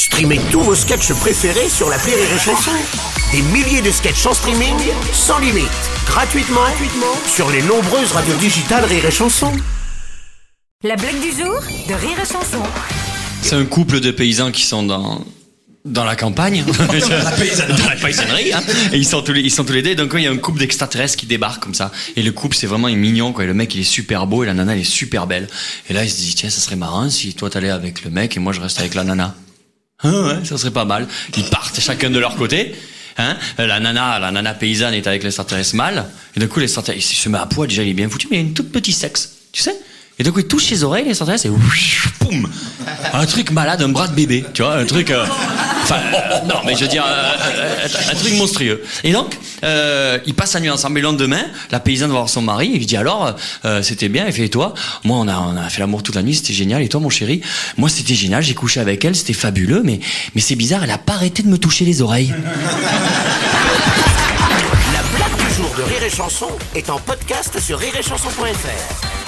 Streamez tous vos sketchs préférés sur l'appli Rire et Chanson. Des milliers de sketchs en streaming, sans limite, gratuitement sur les nombreuses radios digitales Rire et Chanson. La blague du jour de Rire et Chanson. C'est un couple de paysans qui sont dans la campagne, dans la paysannerie, hein. Et ils sont tous les deux. Donc il y a un couple d'extraterrestres qui débarque comme ça. Et le couple c'est vraiment mignon, quoi. Et le mec il est super beau et la nana elle est super belle. Et là il se dit tiens ça serait marrant si toi t'allais avec le mec et moi je reste avec la nana. Ouais, ça serait pas mal. Ils partent chacun de leur côté. Hein, la nana paysanne est avec l'extraterrestre mâle. Et d'un coup l'extraterrestre il se met à poil, déjà il est bien foutu, mais il a une toute petite sexe, tu sais. Et donc il touche ses oreilles, l'extraterrestre, et boum, un truc malade, un bras de bébé, tu vois, un truc, non mais je veux dire, un truc monstrueux. Et donc, ils passent la nuit ensemble. Et le lendemain, la paysanne va voir son mari, et lui dit alors, c'était bien, et toi, moi on a fait l'amour toute la nuit, c'était génial, et toi mon chéri, moi c'était génial, j'ai couché avec elle, c'était fabuleux, mais c'est bizarre, elle a pas arrêté de me toucher les oreilles. La blague du jour de Rire et Chanson est en podcast sur rireetchanson.fr.